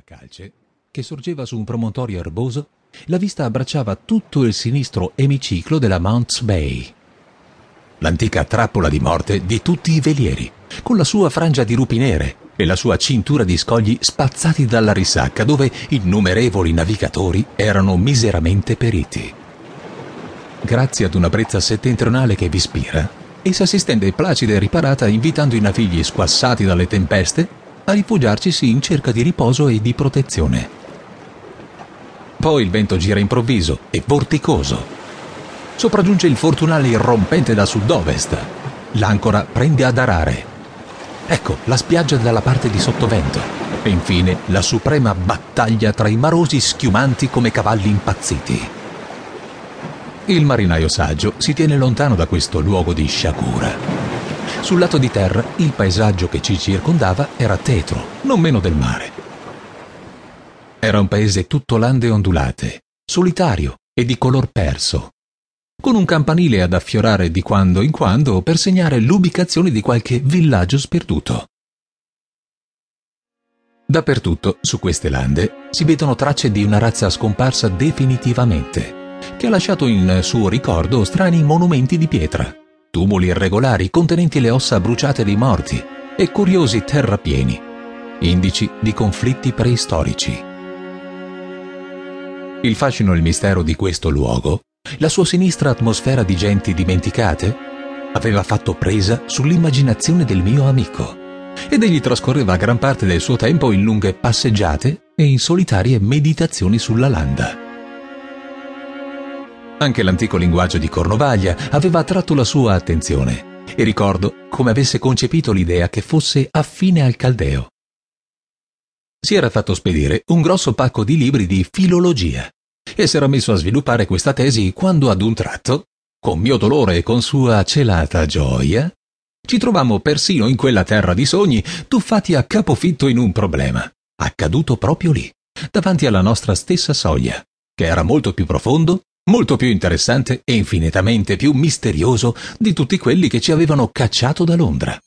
Calce, che sorgeva su un promontorio erboso, la vista abbracciava tutto il sinistro emiciclo della Mounts Bay. L'antica trappola di morte di tutti i velieri, con la sua frangia di rupi nere e la sua cintura di scogli spazzati dalla risacca, dove innumerevoli navigatori erano miseramente periti. Grazie ad una brezza settentrionale che vi ispira, essa si stende placida e riparata, invitando i navigli squassati dalle tempeste a rifugiarcisi in cerca di riposo e di protezione. Poi il vento gira improvviso e vorticoso. Sopraggiunge il fortunale irrompente da sud-ovest. L'ancora prende ad arare. Ecco la spiaggia dalla parte di sottovento. E infine la suprema battaglia tra i marosi schiumanti come cavalli impazziti. Il marinaio saggio si tiene lontano da questo luogo di sciagura. Sul lato di terra il paesaggio che ci circondava era tetro, non meno del mare. Era un paese tutto lande ondulate, solitario e di color perso, con un campanile ad affiorare di quando in quando per segnare l'ubicazione di qualche villaggio sperduto. Dappertutto, su queste lande, si vedono tracce di una razza scomparsa definitivamente, che ha lasciato in suo ricordo strani monumenti di pietra, tumuli irregolari contenenti le ossa bruciate dei morti e curiosi terrapieni, indici di conflitti preistorici. Il fascino e il mistero di questo luogo, la sua sinistra atmosfera di genti dimenticate, aveva fatto presa sull'immaginazione del mio amico, ed egli trascorreva gran parte del suo tempo in lunghe passeggiate e in solitarie meditazioni sulla landa. Anche l'antico linguaggio di Cornovaglia aveva attratto la sua attenzione, e ricordo come avesse concepito l'idea che fosse affine al caldeo. Si era fatto spedire un grosso pacco di libri di filologia e si era messo a sviluppare questa tesi quando ad un tratto, con mio dolore e con sua celata gioia, ci trovammo persino in quella terra di sogni tuffati a capofitto in un problema, accaduto proprio lì, davanti alla nostra stessa soglia, che era molto più profondo, molto più interessante e infinitamente più misterioso di tutti quelli che ci avevano cacciato da Londra.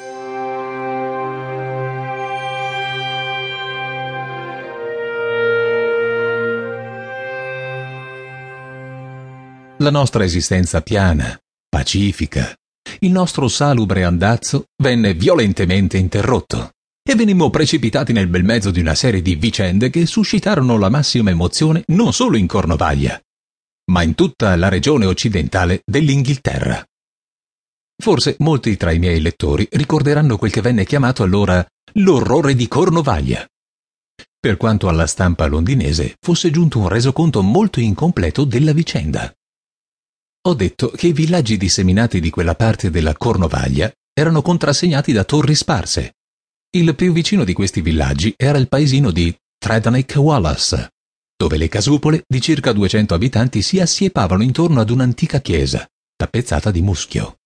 La nostra esistenza piana, pacifica, il nostro salubre andazzo venne violentemente interrotto e venimmo precipitati nel bel mezzo di una serie di vicende che suscitarono la massima emozione non solo in Cornovaglia, ma in tutta la regione occidentale dell'Inghilterra. Forse molti tra i miei lettori ricorderanno quel che venne chiamato allora l'orrore di Cornovaglia, per quanto alla stampa londinese fosse giunto un resoconto molto incompleto della vicenda. Ho detto che i villaggi disseminati di quella parte della Cornovaglia erano contrassegnati da torri sparse. Il più vicino di questi villaggi era il paesino di Tredneck Wallace, dove le casupole di circa 200 abitanti si assiepavano intorno ad un'antica chiesa, tappezzata di muschio.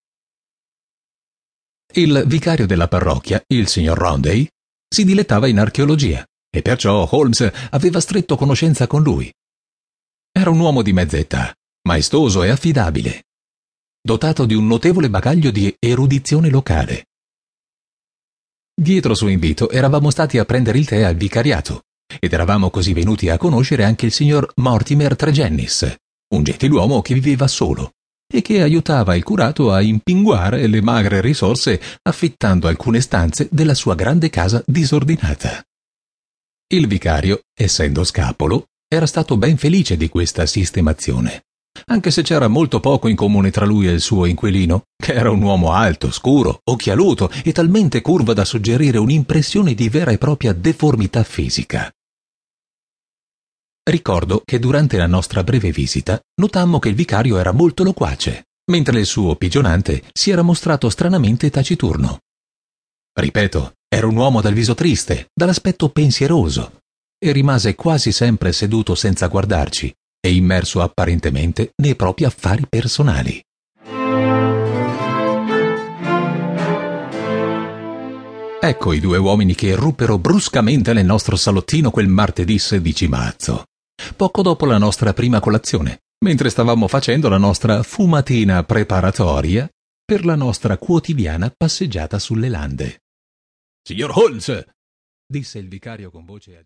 Il vicario della parrocchia, il signor Rondey, si dilettava in archeologia, e perciò Holmes aveva stretto conoscenza con lui. Era un uomo di mezza età, maestoso e affidabile, dotato di un notevole bagaglio di erudizione locale. Dietro suo invito eravamo stati a prendere il tè al vicariato, ed eravamo così venuti a conoscere anche il signor Mortimer Tregennis, un gentiluomo che viveva solo e che aiutava il curato a impinguare le magre risorse affittando alcune stanze della sua grande casa disordinata. Il vicario, essendo scapolo, era stato ben felice di questa sistemazione, anche se c'era molto poco in comune tra lui e il suo inquilino, che era un uomo alto, scuro, occhialuto e talmente curvo da suggerire un'impressione di vera e propria deformità fisica. Ricordo che durante la nostra breve visita notammo che il vicario era molto loquace, mentre il suo pigionante si era mostrato stranamente taciturno. Ripeto, era un uomo dal viso triste, dall'aspetto pensieroso, e rimase quasi sempre seduto senza guardarci e immerso apparentemente nei propri affari personali. Ecco i due uomini che irruppero bruscamente nel nostro salottino quel martedì 16 marzo, poco dopo la nostra prima colazione, mentre stavamo facendo la nostra fumatina preparatoria per la nostra quotidiana passeggiata sulle lande. «Signor Holmes!» disse il vicario con voce agitata.